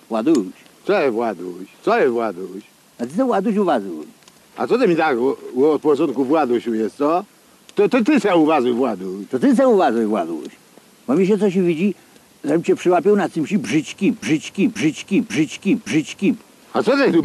Właduś. Co jest Właduś? Co jest Właduś? A ty co Właduś uwazuj? A co ty mi tak od początku Władusiu jest, co? To ty se uwazuj Właduś. To ty co uwazuj, Właduś. Bo mi się coś widzi, żebym cię przyłapił na czymś brzydkim. A co ty tu?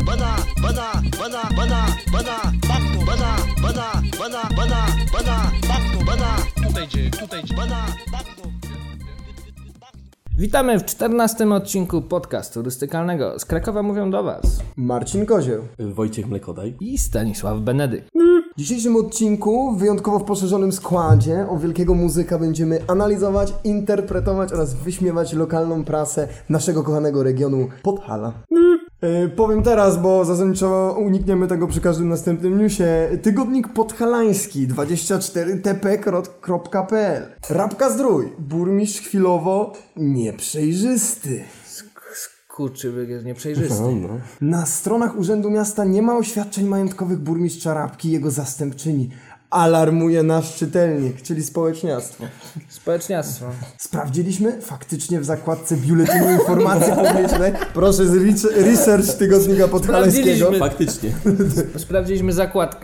Witamy w 14. odcinku podcastu turystykalnego. Z Krakowa mówią do Was Marcin Kozieł. Wojciech Mlekodaj. i Stanisław Benedykt. W dzisiejszym odcinku, wyjątkowo w poszerzonym składzie, o wielkiego muzyka będziemy analizować, interpretować oraz wyśmiewać lokalną prasę naszego kochanego regionu Podhala. Powiem teraz, bo zasadniczo unikniemy tego przy każdym następnym newsie. Tygodnik podhalański 24tp.pl. Rabka Zdrój. Burmistrz chwilowo nieprzejrzysty. Kurczybyk jest nieprzejrzysty. Na stronach Urzędu Miasta nie ma oświadczeń majątkowych burmistrza Rabki i jego zastępczyni. Alarmuje nasz czytelnik, czyli społeczniactwo. Społeczniactwo. Sprawdziliśmy faktycznie w zakładce Biuletynu Informacji Publicznej. Proszę z research tygodnika podhalańskiego. Faktycznie. Sprawdziliśmy zakładkę.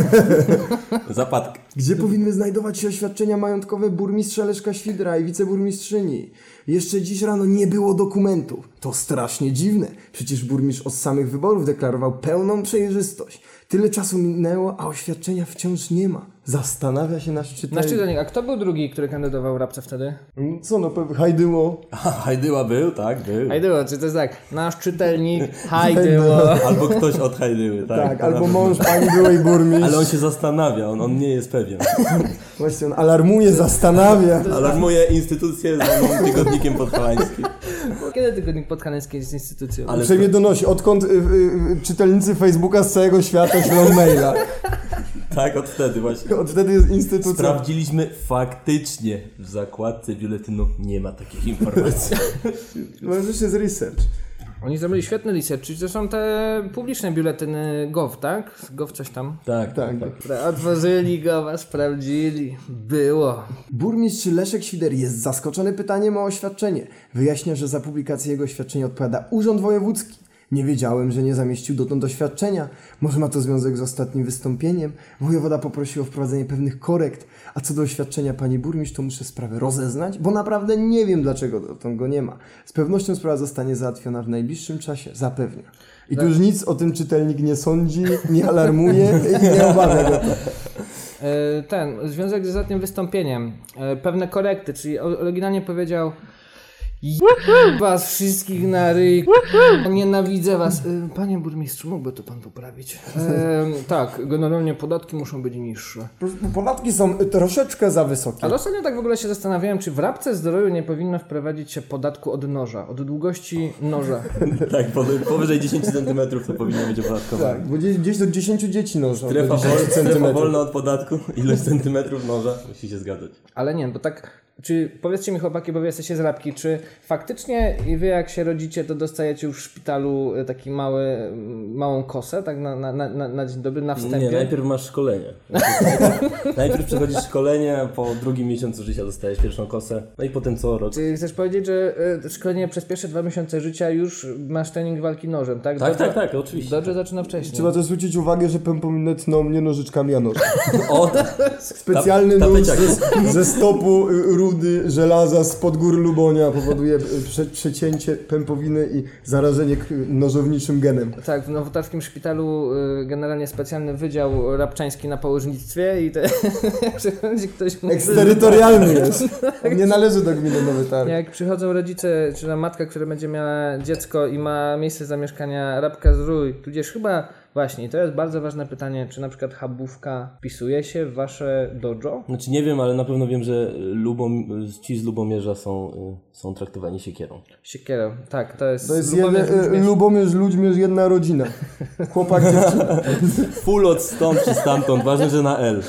Zapadkę. Gdzie powinny znajdować się oświadczenia majątkowe burmistrza Leszka Świdra i wiceburmistrzyni? Jeszcze dziś rano nie było dokumentów. To strasznie dziwne. Przecież burmistrz od samych wyborów deklarował pełną przejrzystość. Tyle czasu minęło, a oświadczenia wciąż nie ma. Zastanawia się nasz czytelnik. Nasz czytelnik, a kto był drugi, który kandydował w Rabce wtedy? Co no, pewnie Hajdyło. Hajdyła był, tak, był. Hajdyło, czy to jest tak? Nasz czytelnik Hajdyło. Albo ktoś od Hajdyły, tak. Tak, albo mąż pani byłej burmistrz. Ale on się zastanawia, on nie jest pewien. Właśnie on alarmuje, zastanawia. Alarmuje instytucję zwaną tygodnikiem podhalańskim. Kiedy tygodnik podhalański jest instytucją? Ale Uprzejmie donosi, odkąd czytelnicy Facebooka z całego świata ślą maila. tak, od wtedy właśnie. Od wtedy jest instytucja. Sprawdziliśmy faktycznie. W zakładce biuletynu nie ma takich informacji. Może jeszcze jest research. Oni zrobili świetny research, czyli to są te publiczne biuletyny Gov, tak? Gov coś tam. Tak. Otworzyli Gova, sprawdzili. Było. Burmistrz Leszek Świder jest zaskoczony pytaniem o oświadczenie. Wyjaśnia, że za publikację jego oświadczenia odpowiada Urząd Wojewódzki. Nie wiedziałem, że nie zamieścił dotąd oświadczenia. Może ma to związek z ostatnim wystąpieniem? Wojewoda poprosił o wprowadzenie pewnych korekt. A co do oświadczenia pani burmistrz, to muszę sprawę rozeznać, bo naprawdę nie wiem, dlaczego dotąd go nie ma. Z pewnością sprawa zostanie załatwiona w najbliższym czasie, zapewnia. I tu już nic o tym czytelnik nie sądzi, nie alarmuje i nie obawia go to. Związek z ostatnim wystąpieniem. Pewne korekty, czyli oryginalnie powiedział was wszystkich na ryj. Nienawidzę was. Panie burmistrzu, mógłby to pan poprawić? Tak, generalnie podatki muszą być niższe. Podatki są troszeczkę za wysokie. Ale ostatnio tak w ogóle się zastanawiałem, czy w Rabce Zdroju nie powinno wprowadzić się podatku od noża, od długości noża. Tak, powyżej 10 cm to powinno być opodatkowane. Tak, bo gdzieś do 10 dzieci nożą. Strefa wolna od podatku, ilość centymetrów noża musi się zgadzać. Ale nie, bo tak... Czy powiedzcie mi, chłopaki, bo wy jesteście z Rabki, czy faktycznie wy jak się rodzicie, to dostajecie już w szpitalu taki małą kosę, tak na dzień dobry, na wstępie? Nie, najpierw masz szkolenie. Najpierw przechodzisz szkolenie, a po drugim miesiącu życia dostajesz pierwszą kosę, no i potem co rok. Czy chcesz powiedzieć, że szkolenie przez pierwsze 2 miesiące życia już masz trening walki nożem, tak? Tak, oczywiście. Dobrze zaczyna wcześniej. Trzeba też zwrócić uwagę, że pępominę tną mnie nożyczkami, a noż. O, Specjalny nóż ze stopu rudy żelaza spod gór Lubonia powoduje przecięcie pępowiny i zarażenie nożowniczym genem. Tak, w nowotarskim szpitalu generalnie specjalny wydział rabczański na położnictwie i przychodzi ktoś... Eksterytorialny jest. Nie należy do gminy Nowy Targ. Jak przychodzą rodzice, czy na matka, która będzie miała dziecko i ma miejsce zamieszkania Rabka Zdrój, tudzież chyba właśnie, to jest bardzo ważne pytanie, czy na przykład Chabówka wpisuje się w wasze dojo? Znaczy nie wiem, ale na pewno wiem, że ci z Lubomierza są traktowani siekierą. Siekierą, tak, to jest Lubomierz, Ludźmierz, jedna rodzina. Chłopak, dziewczyna. Full od stąd czy stamtąd, ważne, że na L.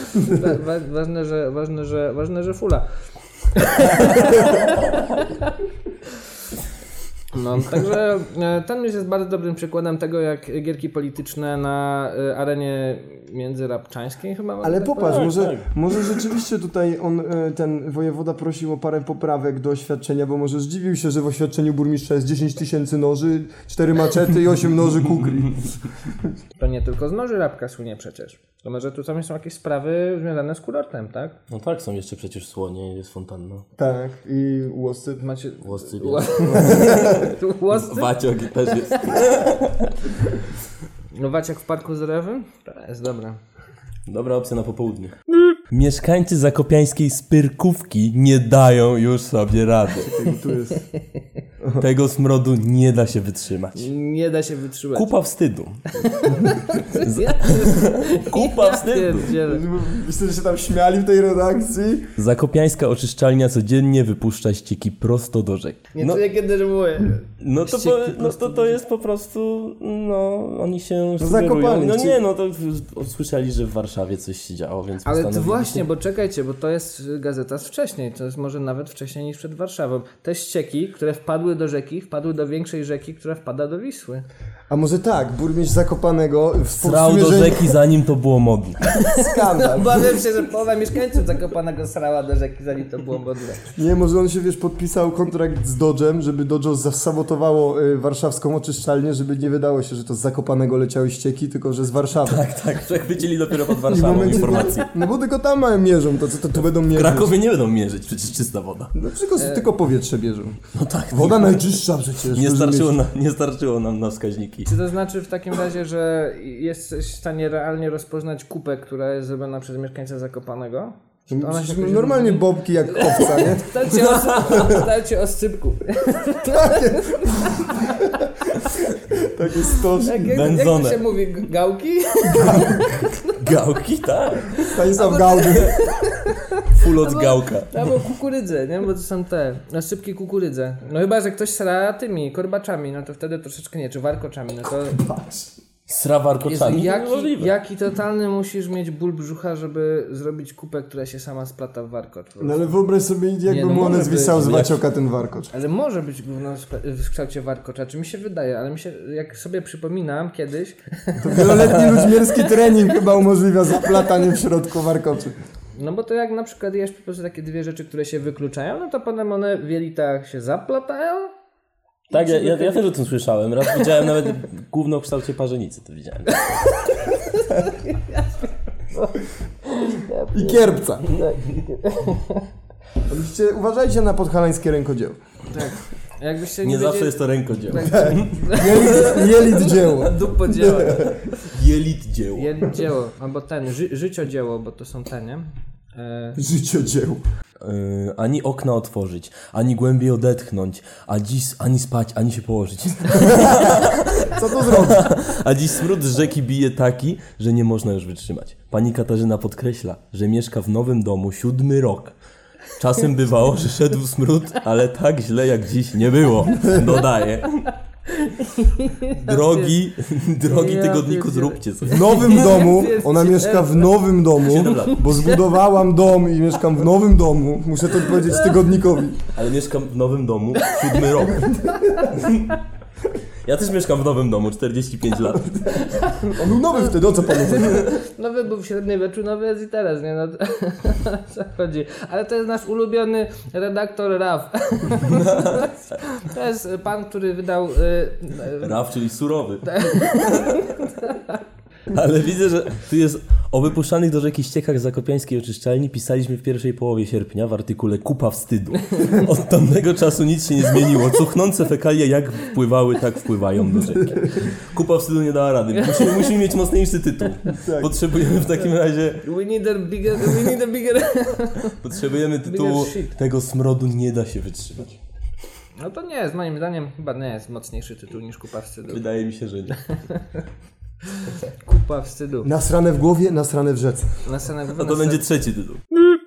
Ważne, że fula. No, także ten już jest bardzo dobrym przykładem tego, jak gierki polityczne na arenie międzyrabczańskiej chyba. Ale tak popatrz, powiedzieć. może rzeczywiście tutaj ten wojewoda prosił o parę poprawek do oświadczenia, bo może zdziwił się, że w oświadczeniu burmistrza jest 10 000 noży, 4 maczety i 8 noży kukli. To nie tylko z noży rabka słynie przecież. To może tu są jakieś sprawy związane z kurortem, tak? No tak, są jeszcze przecież słonie, jest fontanna. Tak, i łosy. Macie... Łoscy, Łoscy? Waciok też jest. No Waciak w parku zdrowym? To jest dobra. Dobra opcja na popołudnie. Mieszkańcy zakopiańskiej Spyrkówki nie dają już sobie rady. Tu jest. Tego smrodu nie da się wytrzymać. Nie da się wytrzymać. Kupa wstydu. Kupa wstydu. Pierdziele. Myślę, że się tam śmiali w tej redakcji. Zakopiańska oczyszczalnia codziennie wypuszcza ścieki prosto do rzeki. Nie czuję, kiedy żałuję. To jest po prostu, oni się Zakopani. to słyszeli, że w Warszawie coś się działo, więc Ale to postanowili właśnie, bo czekajcie, bo to jest gazeta z wcześniej, to jest może nawet wcześniej niż przed Warszawą. Te ścieki, które wpadły do rzeki, wpadły do większej rzeki, która wpada do Wisły. A może tak, burmistrz Zakopanego Srał do rzeki, zanim to było modne. Skandal. Obawiam się, że połowa mieszkańców Zakopanego srała do rzeki, zanim to było modne. Nie, może on się, podpisał kontrakt z Dodge'em, żeby Dodge zasabotowało warszawską oczyszczalnię, żeby nie wydało się, że to z Zakopanego leciały ścieki, tylko że z Warszawy. Tak, przechwycili dopiero pod I w Warszawą momencie, informację. no bo tylko tam mierzą, to co to tu będą W mierzyć? Krakowie nie będą mierzyć, przecież czysta woda. No tylko powietrze bierzą. No tak. Woda najczystsza przecież. Nie starczyło nam na wskaźniki. Czy to znaczy w takim razie, że jesteś w stanie realnie rozpoznać kupę, która jest zrobiona przez mieszkańca Zakopanego? Ona się jakoś Normalnie różni? bobki jak kowca, nie? Dajcie o scypku. Takie stożki. Jak Wędzone. to się mówi? Gałki? Gałki, tak. Stanisław Gaudy. Full od gałka. Albo kukurydze, nie? Bo to są te nasypki kukurydze. No chyba, że ktoś sra tymi korbaczami, no to wtedy troszeczkę nie, czy warkoczami, no to... Sra warkoczami. Jaki totalny musisz mieć ból brzucha, żeby zrobić kupę, która się sama splata w warkocz. No ale wyobraź sobie, jakby no mu może one być. zwisał z Wacioka ten warkocz. Ale może być gówno w kształcie warkocza, czy mi się wydaje, ale jak sobie przypominam kiedyś... To wieloletni ludźmierski trening chyba umożliwia zaplatanie w środku warkoczy. No bo to jak na przykład jesz po prostu takie dwie rzeczy, które się wykluczają, no to potem one w jelitach się zaplatają. Tak, ja też o tym słyszałem. Raz widziałem nawet gówno w kształcie parzenicy, to widziałem. I kierpca. Oczywiście uważajcie na podhalańskie rękodzieło. Tak. Jakbyście Nie zawsze wiedzieli... jest to rękodzieło. Jelit dzieło. Dupodzieło. Jelit dzieło. Dzieło, albo życiodzieło, bo to są te, nie? Życiodzieło. Ani okna otworzyć, ani głębiej odetchnąć, ani spać, ani się położyć. Co to zrobić? A dziś smród z rzeki bije taki, że nie można już wytrzymać. Pani Katarzyna podkreśla, że mieszka w nowym domu 7. rok. Czasem bywało, że szedł smród, ale tak źle jak dziś nie było. Dodaje. Drogi tygodniku, zróbcie coś. W nowym domu, ona mieszka w nowym domu, 7 lat. bo zbudowałam dom i mieszkam w nowym domu. Muszę to powiedzieć tygodnikowi. Ale mieszkam w nowym domu 7 rok. Ja też mieszkam w nowym domu, 45 lat. On był nowy wtedy, o co panu chodzi? Nowy był w średniowieczu, nowy jest i teraz, nie? No to, co chodzi. Ale to jest nasz ulubiony redaktor Raf. To jest pan, który wydał... Raf, czyli surowy. Ale widzę, że tu jest o wypuszczanych do rzeki ściekach zakopiańskiej oczyszczalni pisaliśmy w pierwszej połowie sierpnia w artykule Kupa wstydu. Od tamtego czasu nic się nie zmieniło. Cuchnące fekalie jak wpływały, tak wpływają do rzeki. Kupa wstydu nie dała rady. Musimy mieć mocniejszy tytuł. Potrzebujemy w takim razie... We need a bigger... Potrzebujemy tytułu Tego smrodu nie da się wytrzymać. No to nie jest, moim zdaniem, chyba nie jest mocniejszy tytuł niż Kupa wstydu. Wydaje mi się, że nie. Kupa wstydu. Nasrane w głowie, nasrane w rzece. No to będzie trzeci tytuł.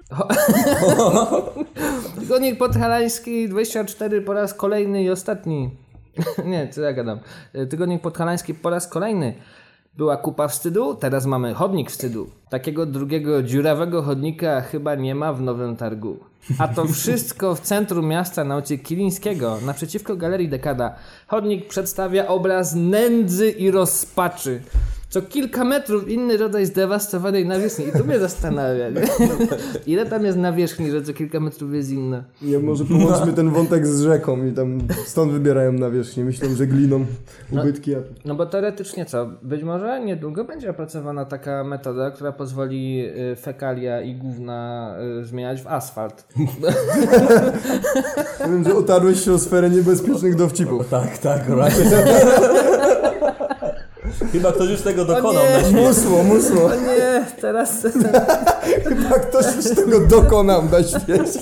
Tygodnik Podhalański 24 po raz kolejny i ostatni. Nie, co ja gadam. Tygodnik Podhalański po raz kolejny Była kupa wstydu, teraz mamy chodnik wstydu. Takiego drugiego dziurawego chodnika chyba nie ma w Nowym Targu. A to wszystko w centrum miasta na ulicy Kilińskiego, naprzeciwko Galerii Dekada. Chodnik przedstawia obraz nędzy i rozpaczy. Co kilka metrów inny rodzaj zdewastowanej nawierzchni. I to mnie zastanawia, nie? Ile tam jest nawierzchni, że co kilka metrów jest inna? Nie, może połączmy ten wątek z rzeką i tam stąd wybierają nawierzchnię. Myślą, że gliną ubytki. No bo teoretycznie co? Być może niedługo będzie opracowana taka metoda, która pozwoli fekalia i gówna zmieniać w asfalt. Wiem, że otarłeś się o sferę niebezpiecznych dowcipów. Tak, right. Chyba ktoś już tego dokonał na świecie. Musło. O nie, teraz... Chyba ktoś już tego dokonał na świecie.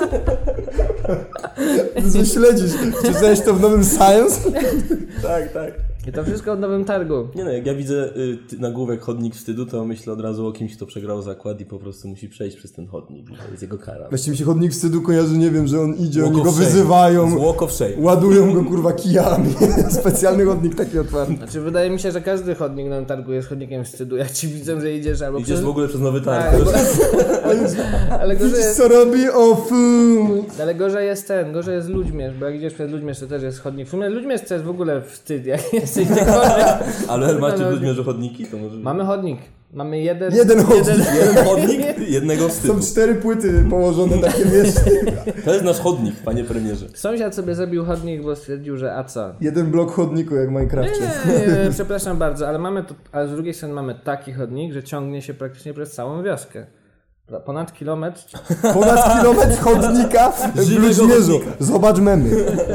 Ty śledzisz. Czytałeś to w nowym Science? Tak. I to wszystko w Nowym Targu. Nie no, jak ja widzę nagłówek chodnik wstydu, to myślę od razu o kimś, kto przegrał zakład i po prostu musi przejść przez ten chodnik. To jest jego kara. Właściwie mi się chodnik wstydu kojarzy, nie wiem, że on idzie, Walk oni go of shame. wyzywają, Walk of shame. ładują go kurwa kijami. Specjalny chodnik taki otwarty. Znaczy wydaje mi się, że każdy chodnik na Nowym Targu jest chodnikiem wstydu. Jak ci widzą, że idziesz albo Idziesz w ogóle przez Nowy Targ. Tak, ale gorzej Widzisz jest... co robi? O fu. Ale gorzej jest Ludźmierz, bo jak idziesz przez Ludźmierz, to też jest chodnik. W sumie Ludźmierz to jest w ogóle wstyd, jak jesteś gdziekolwiek. Ale macie w Ludmierzu chodniki? To może... Mamy chodnik. Mamy jeden chodnik. Jeden chodnik, jednego wstydu. Są 4 płyty położone takie, wiesz. To jest nasz chodnik, panie premierze. Sąsiad sobie zrobił chodnik, bo stwierdził, że a co? Jeden blok chodniku jak w Minecrafcie. Nie, przepraszam bardzo, ale z drugiej strony mamy taki chodnik, że ciągnie się praktycznie przez całą wioskę. Ponad kilometr. Ponad kilometr chodnika w Żywego Ludźmierzu. chodnika. Zobacz memy.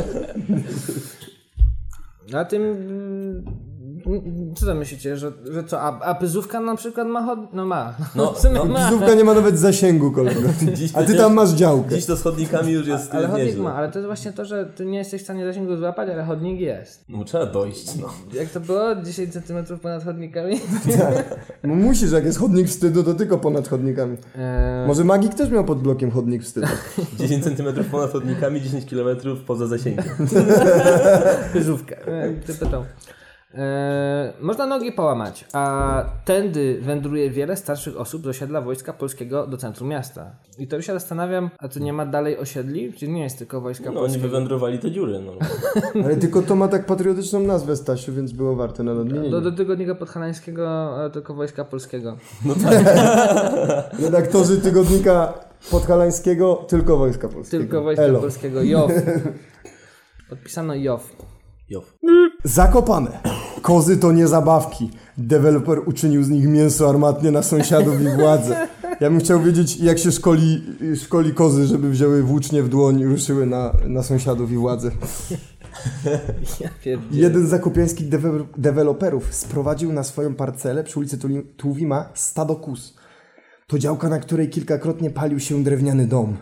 Na tym... Co tam myślicie, że co? A Pyzówka na przykład ma chodnik? No ma. No, W sumie ma. Widzówka nie ma nawet zasięgu, kolego. A ty tam masz działkę. Dziś to z chodnikami już jest Ale chodnik nieźle. ma, ale to jest właśnie to, że ty nie jesteś w stanie zasięgu złapać, ale chodnik jest. No trzeba dojść, no. Jak to było? 10 cm ponad chodnikami? No musisz, jak jest chodnik wstydu, to tylko ponad chodnikami. Może Magik też miał pod blokiem chodnik wstydu. 10 cm ponad chodnikami, 10 km poza zasięgiem. Pyzówka. Ty pytał. Można nogi połamać, a tędy wędruje wiele starszych osób z osiedla Wojska Polskiego do centrum miasta. I to się zastanawiam, a to nie ma dalej osiedli? Czy nie jest tylko Wojska No oni Polskiego? wywędrowali te dziury, no. Ale tylko to ma tak patriotyczną nazwę, Stasiu, więc było warte na nadmienienie. Do tygodnika podhalańskiego tylko Wojska Polskiego. Redaktorzy tygodnika podhalańskiego, tylko Wojska Polskiego. Tylko Wojska Elo. Polskiego. JOW. Podpisano JOW. Jow. Zakopane. Kozy to nie zabawki. Deweloper uczynił z nich mięso armatnie na sąsiadów i władzę. Ja bym chciał wiedzieć, jak się szkoli kozy, żeby wzięły włócznie w dłoń i ruszyły na sąsiadów i władzę. Ja pierdzielę. Jeden z zakopiańskich deweloperów sprowadził na swoją parcelę przy ulicy Tuwima stado kóz. To działka, na której kilkakrotnie palił się drewniany dom.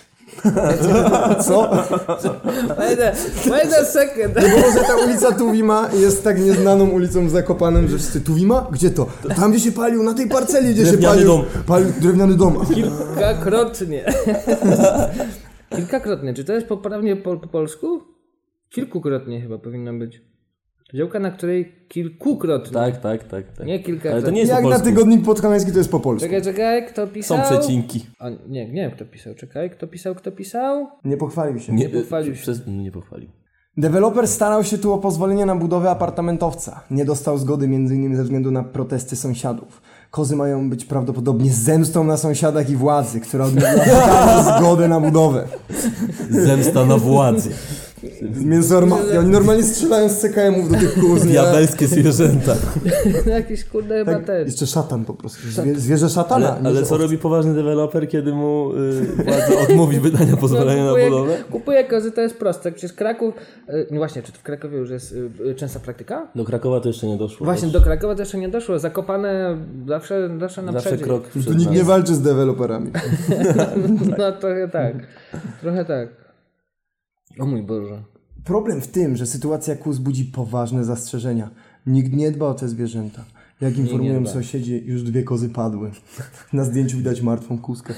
Co? Wait a second. No bo może ta ulica Tuwima jest tak nieznaną ulicą w Zakopanem, że wszyscy Tuwima? Gdzie to? Tam, gdzie się palił, na tej parceli, gdzie Drewniany się dom. palił drewniany dom. Kilkakrotnie. Kilkakrotnie. Czy to jest poprawnie po polsku? Kilkukrotnie chyba powinno być. Działka, na której kilkukrotnie. Tak. Nie kilkakrotnie. Ale to nie jest Jak po na polsku. tygodnik podhalański to jest po polsku. Czekaj, kto pisał? Są przecinki. O, nie wiem kto pisał. Czekaj, kto pisał? Nie pochwalił się. Nie pochwalił się. Nie pochwalił. Deweloper starał się tu o pozwolenie na budowę apartamentowca. Nie dostał zgody m.in. ze względu na protesty sąsiadów. Kozy mają być prawdopodobnie zemstą na sąsiadach i władzy, która odmówiła zgodę na budowę. Zemsta na władzy. Mięso armatnie. Oni normalnie strzelają z CKM-ów do tych kóz. nie? Diabelskie zwierzęta. Jakiś kurde chyba Tak, też. jeszcze szatan po prostu. Zwierzę szatana. Ale co robi poważny deweloper, kiedy mu władza odmówi wydania pozwolenia na budowę? Kupuję kozy, to jest proste. Przecież Kraków... No właśnie, czy to w Krakowie już jest częsta praktyka? Do Krakowa to jeszcze nie doszło. Właśnie, do Krakowa to jeszcze nie doszło. Zakopane zawsze na Zawsze przedzie. krok Tu przed nikt nas. nie walczy z deweloperami. No trochę tak. Trochę tak. O mój Boże. Problem w tym, że sytuacja kóz budzi poważne zastrzeżenia. Nikt nie dba o te zwierzęta. Jak informują dba. sąsiedzi, już 2 kozy padły. Na zdjęciu widać martwą kózkę.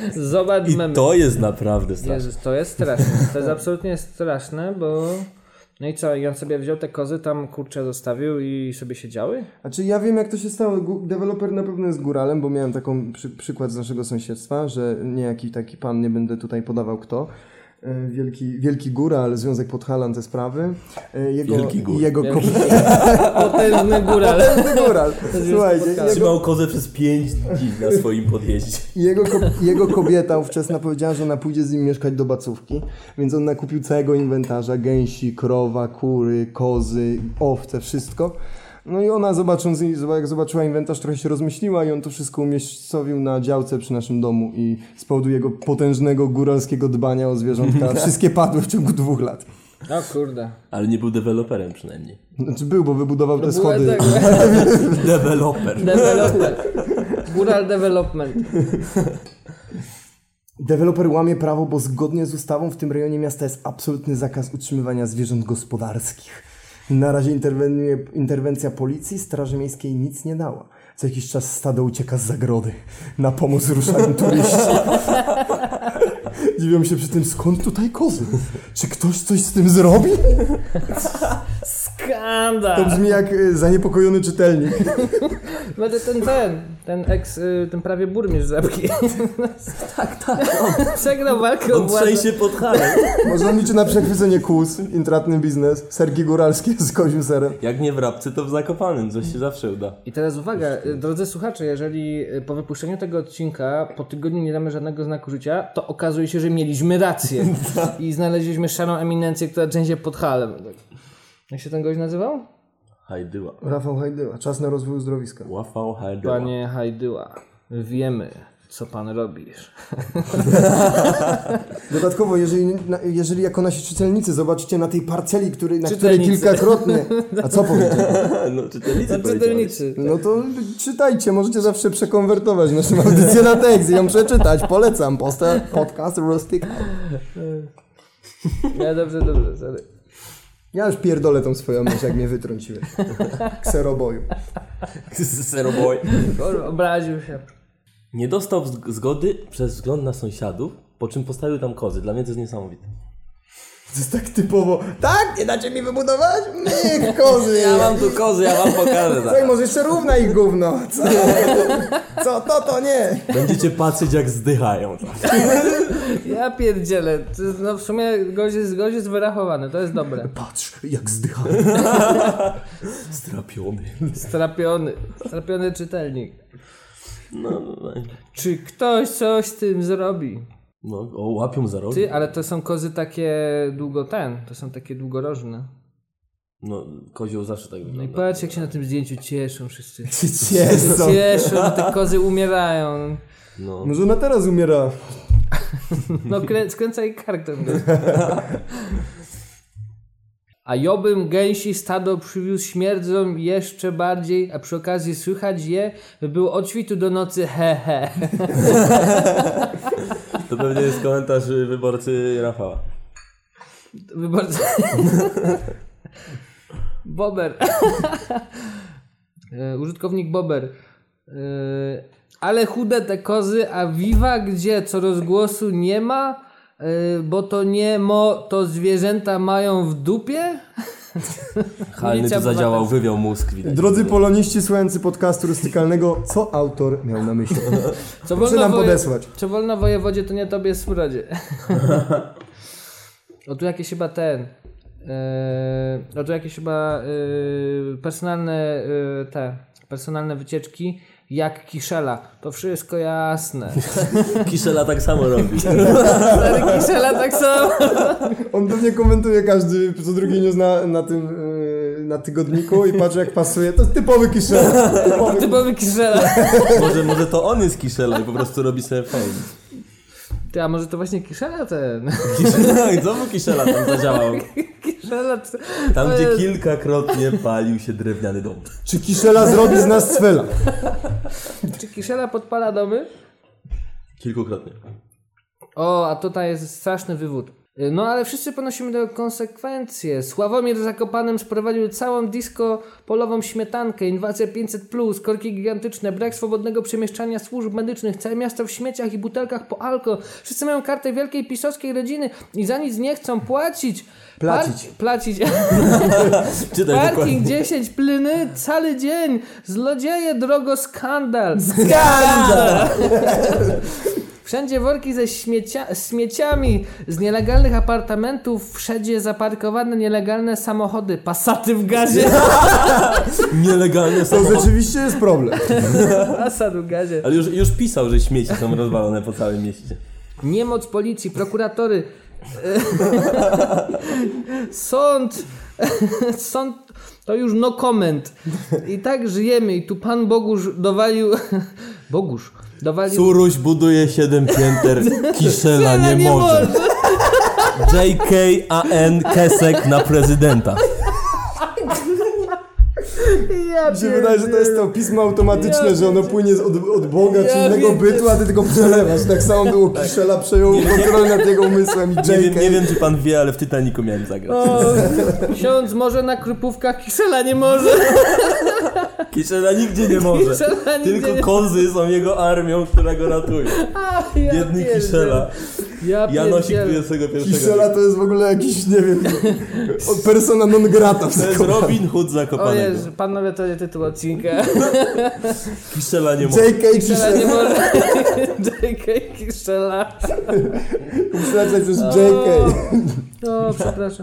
Zobacz I memy. to jest naprawdę straszne. Jezus, to jest straszne. To jest absolutnie straszne, bo No i co? I on sobie wziął te kozy, tam kurczę zostawił i sobie siedziały? Znaczy ja wiem jak to się stało. Deweloper na pewno jest góralem, bo miałem taką przykład z naszego sąsiedztwa, że niejaki taki pan, nie będę tutaj podawał kto, wielki góral, Związek Podhalan te sprawy. Wielki gór. Jego Potężny góral. góral. Słuchajcie, Trzymał kozę przez 5 dni na swoim podjeździe. jego kobieta ówczesna powiedziała, że ona pójdzie z nim mieszkać do Bacówki, więc on nakupił całego inwentarza, gęsi, krowa, kury, kozy, owce, wszystko. No i ona jak zobaczyła inwentarz, trochę się rozmyśliła i on to wszystko umiejscowił na działce przy naszym domu i z powodu jego potężnego góralskiego dbania o zwierzątka wszystkie padły w ciągu 2 lat. O kurde. Ale nie był deweloperem przynajmniej. Znaczy był, bo wybudował te schody. Deweloper. Developer. Góral development. Deweloper łamie prawo, bo zgodnie z ustawą w tym rejonie miasta jest absolutny zakaz utrzymywania zwierząt gospodarskich. Na razie interwencja policji, Straży Miejskiej nic nie dała. Co jakiś czas stado ucieka z zagrody. Na pomoc ruszają turyści. Dziwią się przy tym, skąd tutaj kozy? Czy ktoś coś z tym zrobi? Skandal! To brzmi jak zaniepokojony czytelnik. No ten prawie burmistrz Zabki. Tak. Przegrał walkę o On władzę. trzęsie pod halem. Może on liczy na przechwycenie kóz, intratny biznes, serki góralskie z kozim serem. Jak nie w Rabce, to w Zakopanem. Coś się zawsze uda. I teraz uwaga, drodzy słuchacze, jeżeli po wypuszczeniu tego odcinka po tygodniu nie damy żadnego znaku życia, to okazuje się, że mieliśmy rację. I znaleźliśmy szarą eminencję, która trzęsie pod halem. Jak się ten gość nazywał? Hajdyła. Rafał Hajdyła, czas na rozwój uzdrowiska. Łafał Hajdyła. Panie Hajdyła, wiemy, co pan robisz. Dodatkowo, jeżeli jako nasi czytelnicy zobaczycie na tej parceli, na której Czytelnicy. kilkakrotnie... A co powiedziałem? No, czytelnicy Czytelnicy. No to czytajcie, możecie zawsze przekonwertować naszą audycję na tekst i ją przeczytać. Polecam. Podcast Rustic. Nie, dobrze, sorry. Ja już pierdolę tą swoją myśl, jak mnie wytrąciłeś. Kseroboju. Seroboy. Obraził się. Nie dostał zgody przez wzgląd na sąsiadów, po czym postawił tam kozy. Dla mnie to jest niesamowite. To jest tak typowo. Tak? Nie dacie mi wybudować? Niech kozy. Ja mam tu kozy, ja wam pokażę. Słuchaj, może jeszcze równa ich gówno. Co? To nie. Będziecie patrzeć, jak zdychają. Ja pierdzielę. No w sumie gość jest wyrachowany, to jest dobre. Patrz, jak zdycha. Strapiony. Strapiony czytelnik. No. Czy ktoś coś z tym zrobi? No, łapią za rogi. Ty, ale to są kozy takie to są takie długorożne. No, kozioł zawsze tak No i wygląda. patrz jak się na tym zdjęciu cieszą wszyscy. Cieszą. Cieszą, te kozy umierają. No. Może ona teraz umiera. No skręcaj kartę. A jobym gęsi stado przywiózł śmierdzą jeszcze bardziej, a przy okazji słychać je, by był od świtu do nocy he. To pewnie jest komentarz wyborcy Rafała. Wyborcy. Bober. Użytkownik Bober. Ale chude te kozy, a Viva gdzie, co rozgłosu nie ma? Bo to to zwierzęta mają w dupie? Halny tu zadziałał, wywiał mózg. Widać. Drodzy poloniści słuchający podcastu rustykalnego, co autor miał na myśli? Proszę nam podesłać. Co wolno wojewodzie, to nie tobie smrodzie. O tu jakieś chyba personalne wycieczki jak Kiszela. To wszystko jasne. Kiszela tak samo robi. Stary Kiszela tak samo. On pewnie komentuje każdy co drugi news na tygodniku i patrzy jak pasuje. To jest typowy Kiszela. Typowy Kiszela. Może to on jest Kiszela i po prostu robi sobie fame. Ty, a może to właśnie Kiszela ten? Znowu Kiszela tam zadziałał. Kiszela Tam, gdzie kilkakrotnie palił się drewniany dom. Czy Kiszela zrobi z nas cwela? Czy Kiszela podpala domy? Kilkukrotnie. O, a tutaj jest straszny wywód. No ale wszyscy ponosimy tego konsekwencje. Sławomir Zakopanem sprowadził całą disco polową śmietankę, inwazję 500+, korki gigantyczne, brak swobodnego przemieszczania służb medycznych, całe miasto w śmieciach i butelkach po alko. Wszyscy mają kartę wielkiej pisowskiej rodziny i za nic nie chcą płacić. Placić. Parking 10 plyny, cały dzień. Zlodzieje, drogo, skandal. Wszędzie worki ze śmieciami, z nielegalnych apartamentów, wszędzie zaparkowane nielegalne samochody, Passaty w gazie. Nielegalne To samochody. rzeczywiście jest problem. Passat w gazie. Ale już pisał, że śmieci są rozwalone po całym mieście. Niemoc policji, prokuratory, sąd to już no comment. I tak żyjemy i tu Pan Bogusz dowalił... Suruś buduje 7 pięter, Kiszela nie może. JKAN Kesek na prezydenta. Ja Mi się wydaje, że to jest to pismo automatyczne, że ono płynie od Boga czy innego bytu, a ty tylko przelewasz. Tak samo było, Kiszela przejął kontrolę nad jego umysłem i JK. Nie wiem, czy pan wie, ale w Titanicu miałem zagrać. Ksiądz może na krupówkach, Kiszela nie może. Kiszela nigdzie nie może. Kiszela nigdzie Tylko nie- kozy są jego armią, która go ratuje. Biedny Kiszela. Janosik XXI Kiszela to jest w ogóle jakiś, nie wiem, persona non grata w To jest Zakopanem. Robin Hood O Zakopanego. Jezu, panowie, to nie tytuł odcinka. Kiszela nie może. JK Kiszela nie Kiszela. może. JK Kiszela. Myślałem, że to jest JK. O, przepraszam.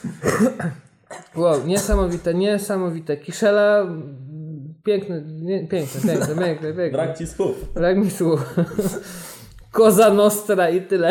Wow, niesamowite. Kiszela, piękne. Brak ci słów. Brak mi słów. Koza Nostra i tyle.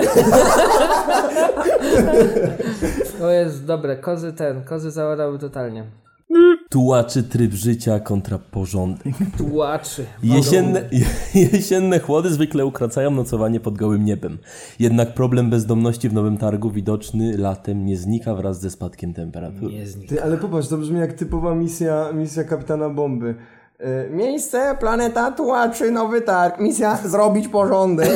O jest dobre, kozy zaorały totalnie. Tułaczy tryb życia kontra porządek. Tułaczy. Jesienne chłody zwykle ukracają nocowanie pod gołym niebem. Jednak problem bezdomności w Nowym Targu widoczny latem nie znika wraz ze spadkiem temperatury. Nie znika. Ty, ale popatrz, to brzmi jak typowa misja kapitana bomby. Miejsce, planeta, tułaczy, Nowy Targ. Misja, zrobić porządek.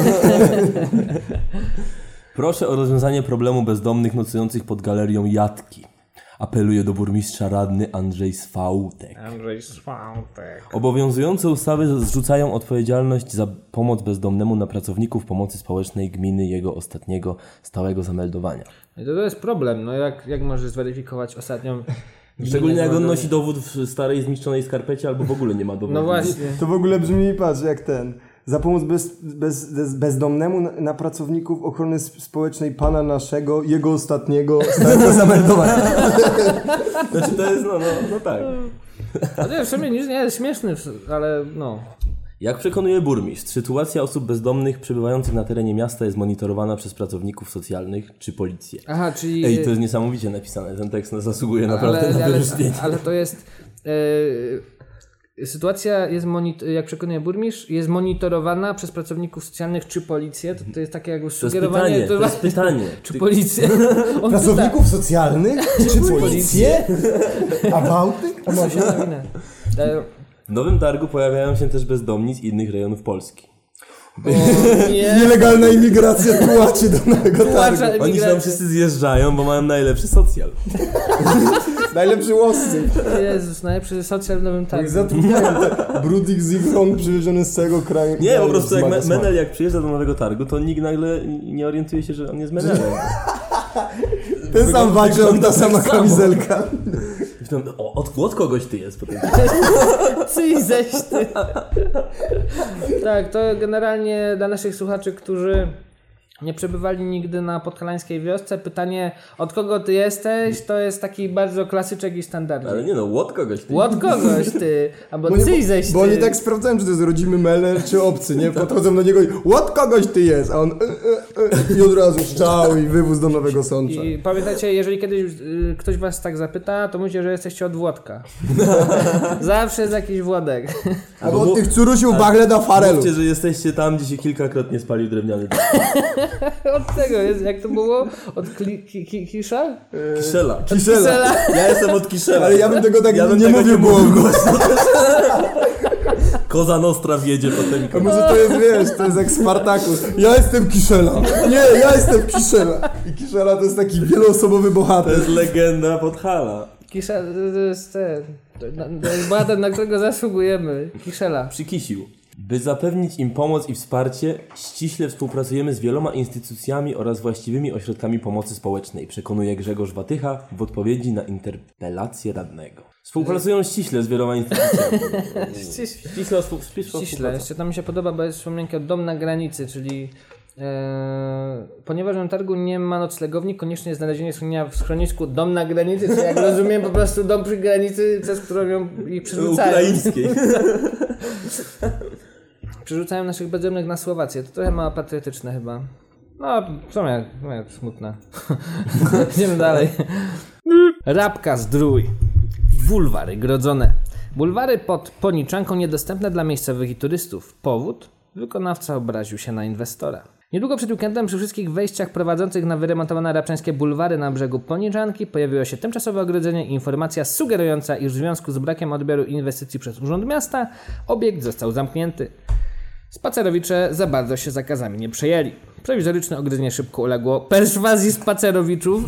Proszę o rozwiązanie problemu bezdomnych nocujących pod galerią Jatki. Apeluje do burmistrza radny Andrzej Swałtek. Obowiązujące ustawy zrzucają odpowiedzialność za pomoc bezdomnemu na pracowników pomocy społecznej gminy jego ostatniego stałego zameldowania. I to jest problem, no jak możesz zweryfikować ostatnią... Szczególnie jak on gminę nosi dowód w starej, zniszczonej skarpecie albo w ogóle nie ma dowodu. No właśnie. To w ogóle brzmi, patrz, jak ten. Za pomoc bezdomnemu na pracowników ochrony społecznej pana naszego, jego ostatniego stałego zameldowania. Znaczy to jest, no tak. No nie, w sumie nic nie jest śmieszny, ale no... Jak przekonuje burmistrz, sytuacja osób bezdomnych przebywających na terenie miasta jest monitorowana przez pracowników socjalnych czy policję. Aha, czyli... Ej, to jest niesamowicie napisane, ten tekst zasługuje naprawdę na wyróżnienie. ale to jest... Sytuacja jest, jak przekonuje burmistrz, jest monitorowana przez pracowników socjalnych czy policję. To jest takie jakby sugerowanie... To jest pytanie. Czy policję? On Pracowników socjalnych? Czy policję? A Bałtyk? pyta, co się nowinę. W Nowym Targu pojawiają się też bezdomni z innych rejonów Polski. Nie. Nielegalna imigracja tułaczy do Nowego Targu. Oni się tam wszyscy zjeżdżają, bo mają najlepszy socjal. Najlepszy łoscy. Jezus, najlepszy socjal w Nowym Jak Targu. zatrudniają te brudik z ich rąk przywiezione z całego kraju. Nie, po prostu jak Smaga, smaga. Menel jak przyjeżdża do Nowego Targu, to nikt nagle nie orientuje się, że on jest Menelem. Ten sam wadzion, ta sama kamizelka. Od kogoś ty jest potem. Cyj ześ ty. Tak, to generalnie dla naszych słuchaczy, którzy nie przebywali nigdy na podhalańskiej wiosce, pytanie od kogo ty jesteś, to jest taki bardzo klasyczek i standardny. Ale nie od kogoś ty. Od kogoś ty, albo Bo, cyj ześ ty. bo oni tak sprawdzają, czy to jest rodzimy Meller, czy obcy, nie? Podchodzą do niego i od kogoś ty jest, a on i od razu szczał i wywóz do Nowego Sącza. I pamiętajcie, jeżeli kiedyś ktoś was tak zapyta, to mówcie, że jesteście od Włodka. Zawsze jest jakiś Włodek. Albo od tych curusiów bachle da farelu. Mówcie, że jesteście tam, gdzie się kilkakrotnie spalił drewniany dom. Od tego jest, jak to było? Od Kisza? Kiszela. Kisela. Ja jestem od Kiszela. Ale ja bym tego tak Ja bym nie tego mówił nie było w mówił. głosie. Koza Nostra wjedzie potem. A może to jest, wiesz, to jest jak Spartakus. Ja jestem Kiszela. Nie, ja jestem Kiszela. I Kiszela to jest taki wieloosobowy To bohater. jest legenda Podhala. Kisza, to jest ten... To jest bohater, na którego zasługujemy. Kiszela. Przykisił. By zapewnić im pomoc i wsparcie, ściśle współpracujemy z wieloma instytucjami oraz właściwymi ośrodkami pomocy społecznej, przekonuje Grzegorz Watycha w odpowiedzi na interpelację radnego. Współpracują ściśle z wieloma instytucjami. Ściśle. Jeszcze to mi się podoba, bo jest wspomnienka Dom na granicy, czyli ponieważ na targu nie ma noclegowni, konieczne jest znalezienie schronienia w schronisku Dom na granicy, czyli jak rozumiem po prostu dom przy granicy, przez którą ją ich przerzucają. Ukraińskiej. Przerzucają naszych bezdomnych na Słowację. To trochę mało patriotyczne chyba. No, są jak smutne. Idziemy dalej. Rabka Zdrój. Bulwary grodzone. Bulwary pod Poniczanką niedostępne dla miejscowych i turystów. Powód? Wykonawca obraził się na inwestora. Niedługo przed weekendem przy wszystkich wejściach prowadzących na wyremontowane rabczańskie bulwary na brzegu Poniczanki pojawiło się tymczasowe ogrodzenie i informacja sugerująca, iż w związku z brakiem odbioru inwestycji przez Urząd Miasta obiekt został zamknięty. Spacerowicze za bardzo się zakazami nie przejęli. Prowizoryczne ogrodzenie szybko uległo perswazji spacerowiczów.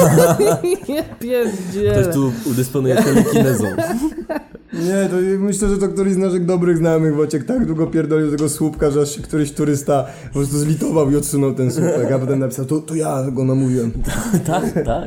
Nie pierdzielę. Ktoś tu udysponuje telekinezą. Nie, to myślę, że to któryś z naszych dobrych znajomych Wojciech tak długo pierdolił tego słupka, że aż się któryś turysta po prostu zlitował i odsunął ten słupek, a potem napisał, to ja go namówiłem. Tak.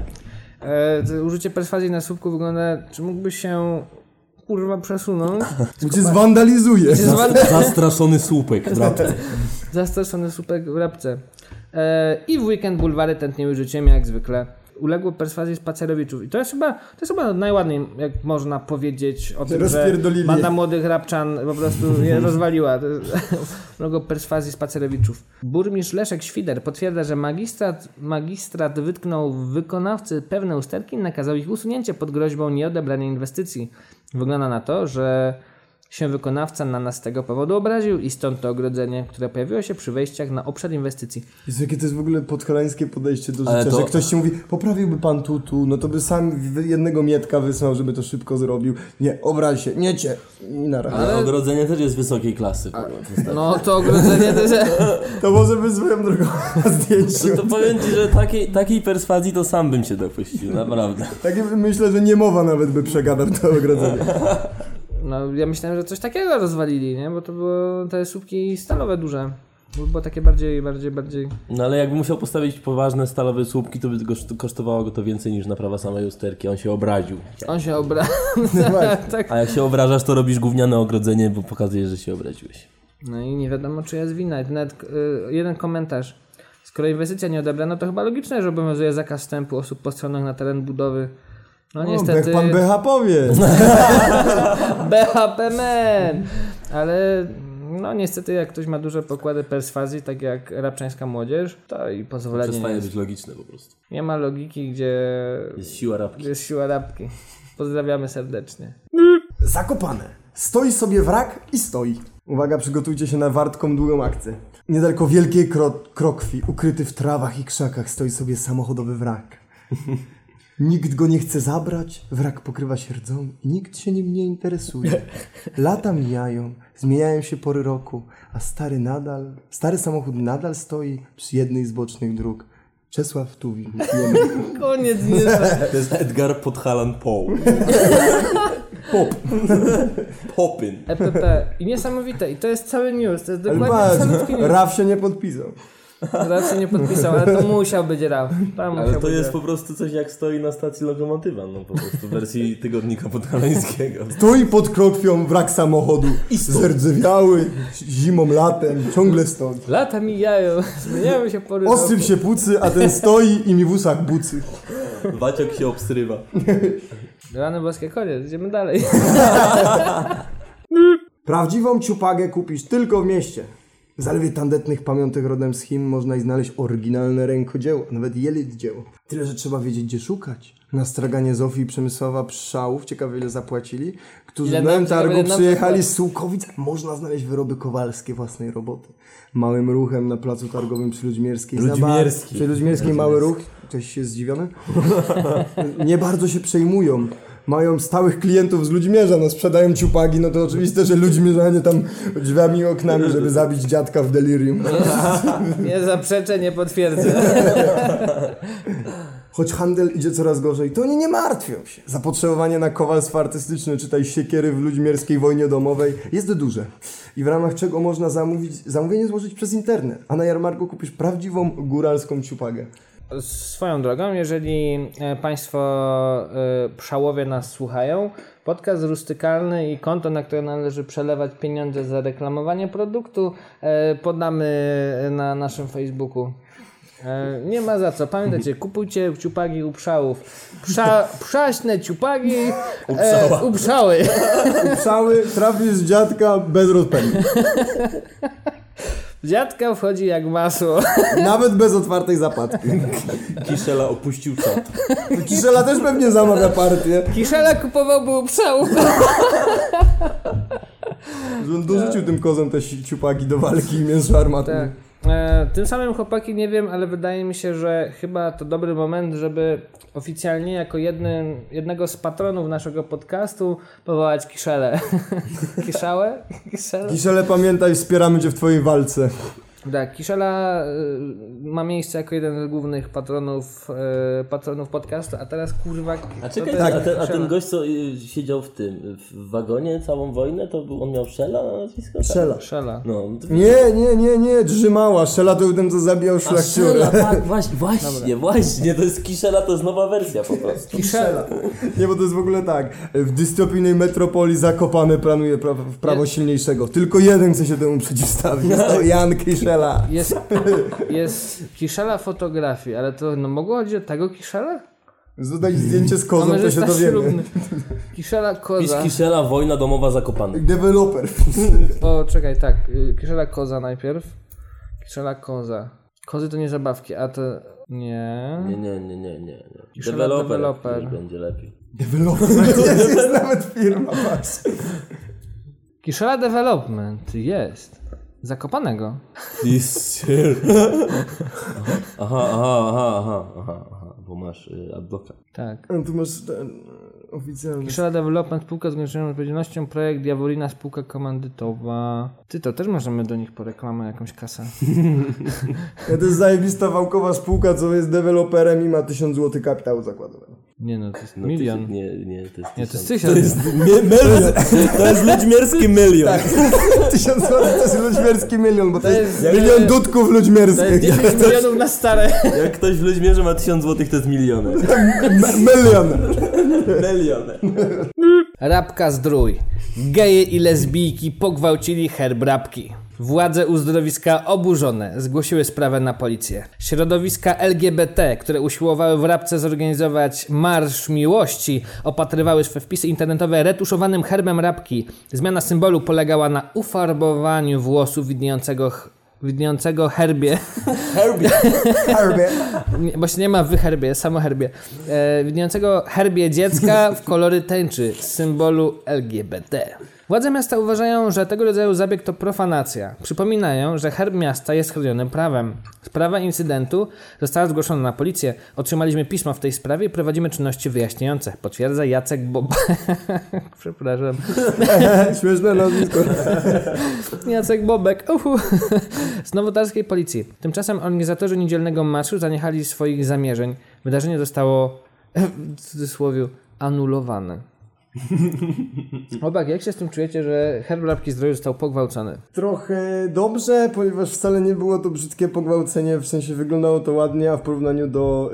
Użycie perswazji na słupku wygląda, czy mógłby się kurwa przesunąć? Bo cię zwandalizuje. Zastraszony słupek w rabce. Zastraszony słupek w rabce. I w weekend bulwary tętniły życiem jak zwykle. Uległo perswazji spacerowiczów. I to jest chyba najładniej, jak można powiedzieć o tym, że banda młodych rabczan po prostu je rozwaliła. Uległo perswazji spacerowiczów. Burmistrz Leszek Świder potwierdza, że magistrat wytknął wykonawcy pewne usterki i nakazał ich usunięcie pod groźbą nieodebrania inwestycji. Wygląda na to, że się wykonawca na nas z tego powodu obraził i stąd to ogrodzenie, które pojawiło się przy wejściach na obszar inwestycji. Jezu, jakie to jest w ogóle podhalańskie podejście do życia, że ktoś ci mówi, poprawiłby pan tu, no to by sam jednego Mietka wysłał, żeby to szybko zrobił. Nie, obraź się, nie cię. I na razie. Ale ogrodzenie też jest wysokiej klasy. No to ogrodzenie też... To może by swoją drogą na zdjęciu. To powiem ci, że takiej perswazji to sam bym się dopuścił, naprawdę. Takie myślę, że niemowa nawet by przegadał to ogrodzenie. No ja myślałem, że coś takiego rozwalili, nie? Bo to były te słupki stalowe duże. Było takie bardziej... No ale jakby musiał postawić poważne stalowe słupki, to by kosztowało go to więcej niż naprawa samej usterki. On się obraził. Tak. A jak się obrażasz, to robisz gówniane ogrodzenie, bo pokazujesz, że się obraziłeś. No i nie wiadomo, czy jest wina. Nawet jeden komentarz. Skoro inwestycja nie odebrana, to chyba logiczne, że obowiązuje zakaz wstępu osób postronnych na teren budowy. No niestety... Jak pan BH powie. BHP man! Ale no niestety jak ktoś ma duże pokłady perswazji, tak jak rabczańska młodzież, to i pozwolenie Przestaje być logiczne po prostu. Nie ma logiki, gdzie jest siła rabki. Jest siła rabki. Pozdrawiamy serdecznie. Zakopane. Stoi sobie wrak i stoi. Uwaga, przygotujcie się na wartką długą akcję. Niedaleko wielkiej krokwi, ukryty w trawach i krzakach, stoi sobie samochodowy wrak. Nikt go nie chce zabrać, wrak pokrywa się rdzą i nikt się nim nie interesuje. Lata mijają, zmieniają się pory roku, a stary samochód nadal stoi przy jednej z bocznych dróg. Czesław Tuwim. Koniec nie. To jest Edgar Podhalan Poe. Popyn. EPP. I niesamowite. I to jest cały news. To jest dokładnie salutki news. Raf się nie podpisał. Raf się nie podpisał, ale to musiał być Raf. Ale to jest po prostu coś jak stoi na stacji lokomotywa, no po prostu w wersji tygodnika podhalańskiego. Stoi pod krokwią wrak samochodu. I zardzewiały, zimą, latem, ciągle stoi. Lata mijają, zmieniają się pory. Ostrzył się pucy, a ten stoi i mi w usach bucy. Waciok się obstrywa. Rany boskie, koniec, idziemy dalej. Prawdziwą ciupagę kupisz tylko w mieście. W zalewie tandetnych pamiątek rodem z Chin można i znaleźć oryginalne rękodzieło, nawet jelitdzieło. Tyle, że trzeba wiedzieć, gdzie szukać. Na straganie Zofii i Przemysława Pszałów, ciekawe ile zapłacili, którzy w targu przyjechali z Sułkowic. Można znaleźć wyroby kowalskie własnej roboty. Małym ruchem na placu targowym przy Ludźmierskiej. Przy Ludźmierskiej mały ruch. Ktoś jest zdziwiony? Nie bardzo się przejmują. mają stałych klientów z Ludźmierza, no sprzedają ciupagi, no to oczywiste, że Ludźmierzanie tam drzwiami i oknami, żeby zabić dziadka w delirium. Nie zaprzeczę, nie potwierdzę. Choć handel idzie coraz gorzej, to oni nie martwią się. Zapotrzebowanie na kowalstwo artystyczne, czytaj siekiery w ludźmierskiej wojnie domowej, jest duże. I w ramach czego można zamówienie złożyć przez internet, a na jarmarku kupisz prawdziwą góralską ciupagę. Swoją drogą, jeżeli Państwo pszałowie nas słuchają, podcast rustykalny i konto, na które należy przelewać pieniądze za reklamowanie produktu, podamy na naszym Facebooku. Nie ma za co. Pamiętajcie, kupujcie ciupagi u pszałów. Pszaśne ciupagi u pszały. Upsały, trafisz dziadka bez rozpędu. Dziadka wchodzi jak masło. Nawet bez otwartej zapadki. Kiszela opuścił czat. Kiszela też pewnie zamawia partię. Kiszela kupowałby u pszałów. Że on dorzucił tym kozom te ciupagi do walki i mięso armatne. Tak. Tym samym, chłopaki, nie wiem, ale wydaje mi się, że chyba to dobry moment, żeby oficjalnie jako jednego z patronów naszego podcastu powołać Kiszelę. Kiszałę? Kiszele, pamiętaj, wspieramy cię w twojej walce. Tak, Kiszela ma miejsce jako jeden z głównych patronów podcastu, a teraz kurwa... A czekaj, a ten gość, co siedział w wagonie całą wojnę, to on miał Szela na nazwisko? Szela. No, to... Nie, Drzymała. Szela to był ten, co zabijał szlachciurę. Szela, tak, właśnie, to jest Kiszela, to jest nowa wersja po prostu. Kiszela. Nie, bo to jest w ogóle tak. W dystopijnej metropolii Zakopane planuje prawo silniejszego. Tylko jeden chce się temu przeciwstawić. Jest to Jan Kiszela. Jest Kiszela fotografii, ale to mogło chodzić o tego Kiszela? Zadaj zdjęcie z kozą, to się dowiemy. Kiszela koza. Kiszela, wojna domowa Zakopane. Deweloper. O, czekaj, tak. Kiszela koza najpierw. Kiszela koza. Kozy to nie zabawki, a to... Nie. Nie. Kiszela deweloper. Już będzie lepiej. Deweloper. Jest nawet firma, patrz. Kiszela Development. Jest. Zakopanego. Aha, bo masz adbloka. Tak. Tu masz ten oficjalny. Kiszela Development, spółka z ograniczoną odpowiedzialnością, projekt Jaworina, spółka komandytowa. To też możemy do nich po reklamę jakąś kasę. To jest zajebista wałkowa spółka, co jest deweloperem i ma 1000 zł kapitału zakładowego. Nie no, to jest milion. Nie, to jest 1000. To jest to jest ludźmierski milion. Tak. 1000 zł to jest ludźmierski milion, bo to jest jest- milion dudków ludźmierskich. To jest 10 milionów na stare. Jak ktoś w Ludźmierze ma 1000 zł, to jest miliony. Milion. Miliony. Rabka Zdrój. Geje i lesbijki pogwałcili herb Rabki. Władze uzdrowiska oburzone zgłosiły sprawę na policję. Środowiska LGBT, które usiłowały w Rabce zorganizować Marsz Miłości, opatrywały swe wpisy internetowe retuszowanym herbem Rabki. Zmiana symbolu polegała na ufarbowaniu włosów widniejącego herbie. Herbie. Właśnie nie ma w herbie, samo herbie. Widniejącego herbie dziecka w kolory tęczy z symbolu LGBT. Władze miasta uważają, że tego rodzaju zabieg to profanacja. Przypominają, że herb miasta jest chronionym prawem. Sprawa incydentu została zgłoszona na policję. Otrzymaliśmy pismo w tej sprawie i prowadzimy czynności wyjaśniające. Potwierdza Jacek Bobek. Przepraszam. Śmieszne nazwisko. Jacek Bobek. Z nowotarskiej policji. Tymczasem organizatorzy niedzielnego marszu zaniechali swoich zamierzeń. Wydarzenie zostało w cudzysłowie anulowane. Obak, jak się z tym czujecie, że herb Rabki Zdroju został pogwałcony? Trochę dobrze, ponieważ wcale nie było to brzydkie pogwałcenie, w sensie wyglądało to ładnie, a w porównaniu do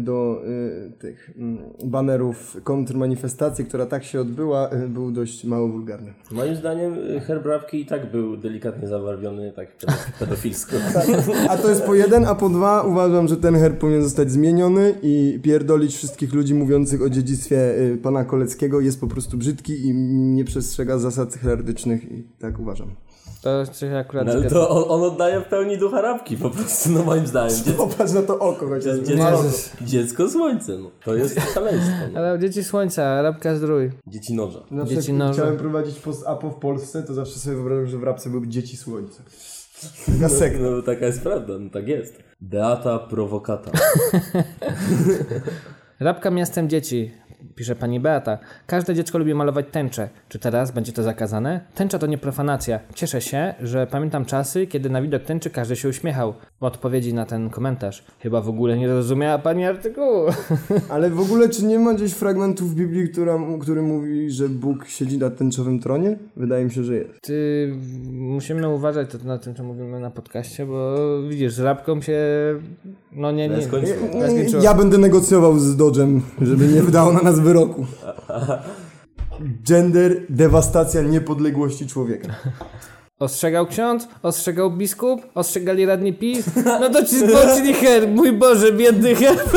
tych banerów kontrmanifestacji, która tak się odbyła, był dość mało wulgarny. Moim zdaniem herb Rabki i tak był delikatnie zabarwiony, tak pedofilsko. A to jest po jeden, a po dwa uważam, że ten herb powinien zostać zmieniony i pierdolić wszystkich ludzi mówiących o dziedzictwie pana Koleckiego. Jest po prostu brzydki i nie przestrzega zasad heraldycznych i tak uważam. To się akurat... No, to on oddaje w pełni ducha Rabki po prostu, no moim zdaniem. Popatrz na to oko, chociaż. Dziecko słońce, no. To jest szaleństwo. No. Ale dzieci słońca, Rabka Zdrój. Dzieci noża. Zawsze Dzieci jak noże. chciałem prowadzić post-apo w Polsce, to zawsze sobie wyobrażam, że w Rabce były dzieci słońca. Taka sekta. No taka jest prawda, no tak jest. Beata Prowokata. Rabka miastem dzieci. Pisze pani Beata. Każde dziecko lubi malować tęczę. Czy teraz będzie to zakazane? Tęcza to nie profanacja. Cieszę się, że pamiętam czasy, kiedy na widok tęczy każdy się uśmiechał. W odpowiedzi na ten komentarz. Chyba w ogóle nie rozumiała pani artykułu. Ale w ogóle czy nie ma gdzieś fragmentu w Biblii, który mówi, że Bóg siedzi na tęczowym tronie? Wydaje mi się, że jest. Musimy uważać na tym, co mówimy na podcaście, bo widzisz, z Rabką się... No nie skończyło. Ja będę negocjował z Dodge'em, żeby nie wydało na nas wyroku. Gender, dewastacja niepodległości człowieka. Ostrzegał ksiądz, ostrzegał biskup, ostrzegali radni PiS. No to ci zboczni herb, mój Boże, biedny herb.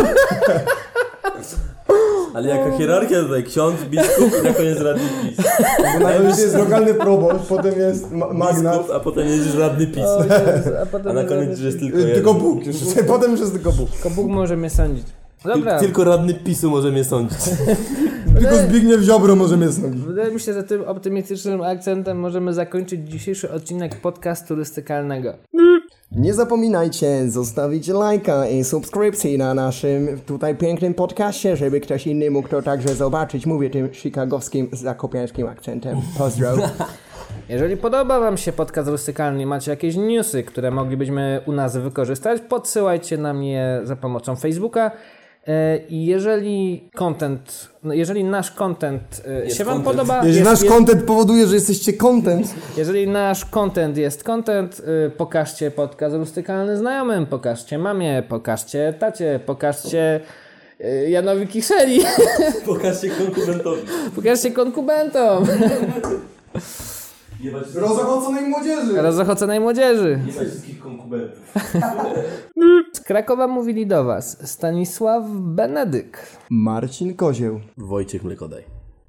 Ale jaka hierarchia tutaj? Ksiądz, biskup i na koniec radny PiS. Bo najpierw jest lokalny proboszcz, potem jest magnat. Biskup, a potem jest radny PiS. A na koniec już jest tylko jeden. Tylko Bóg. Potem już jest tylko Bóg. Tylko Bóg może mnie sądzić. Dobra. Tylko radny PiS-u może mnie sądzić. Tylko Zbigniew Ziobro może mnie sądzić. Wydaje mi się, że tym optymistycznym akcentem możemy zakończyć dzisiejszy odcinek podcastu turystykalnego. Nie zapominajcie zostawić lajka i subskrypcji na naszym tutaj pięknym podcaście, żeby ktoś inny mógł to także zobaczyć. Mówię tym chicagowskim, zakopiańskim akcentem. Pozdro. Jeżeli podoba wam się podcast rustykalny i macie jakieś newsy, które moglibyśmy u nas wykorzystać, podsyłajcie nam je za pomocą Facebooka. I jeżeli nasz content się wam podoba... Jeżeli nasz content powoduje, że jesteście content. Jeżeli nasz content jest content, pokażcie podcast rustykalny znajomym, pokażcie mamie, pokażcie tacie, pokażcie Janowi Kicheli. Pokażcie konkubentowi. Pokażcie konkubentom. Rozochoconej młodzieży. Rozochoconej młodzieży. Nie ma wszystkich konkubentów. Z Krakowa mówili do was Stanisław Benedyk, Marcin Kozieł. Wojciech Mlekodaj.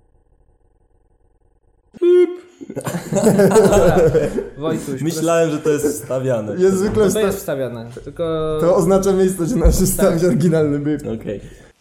Wojtuś. Myślałem, że to jest wstawiane. Jest zwykle To jest wstawiane, tylko... To oznacza miejsce, gdzie należy stawić oryginalny byk. Okej.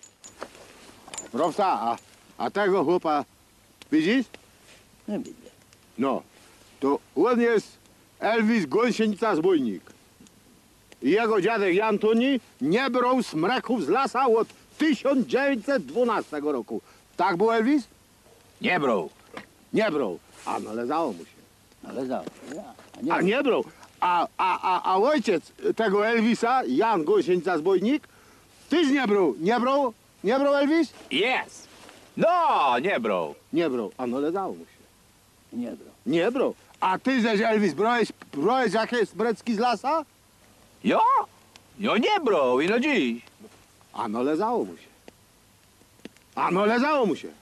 Rowca, a tego chłopa widzisz? Nie widzę. No, to on jest Elvis Gąsienica Zbójnik. I jego dziadek Antoni nie brał smreków z lasa od 1912 roku. Tak był Elvis? Nie brał. Nie brał. A należało mu się. Ale za. A nie brał. A ojciec tego Elvisa, Jan Gąsienica Zbójnik, tyś nie brał. Nie brał? Nie brał Elvis? Jest! No, nie brał. Nie brał. A należało mu się. Nie brał. Nie brał. A ty żeś Elvis brałeś jakieś smrecki z lasa? Jo? Jo nie brał i no dziś. A należało mu się. A należało mu się.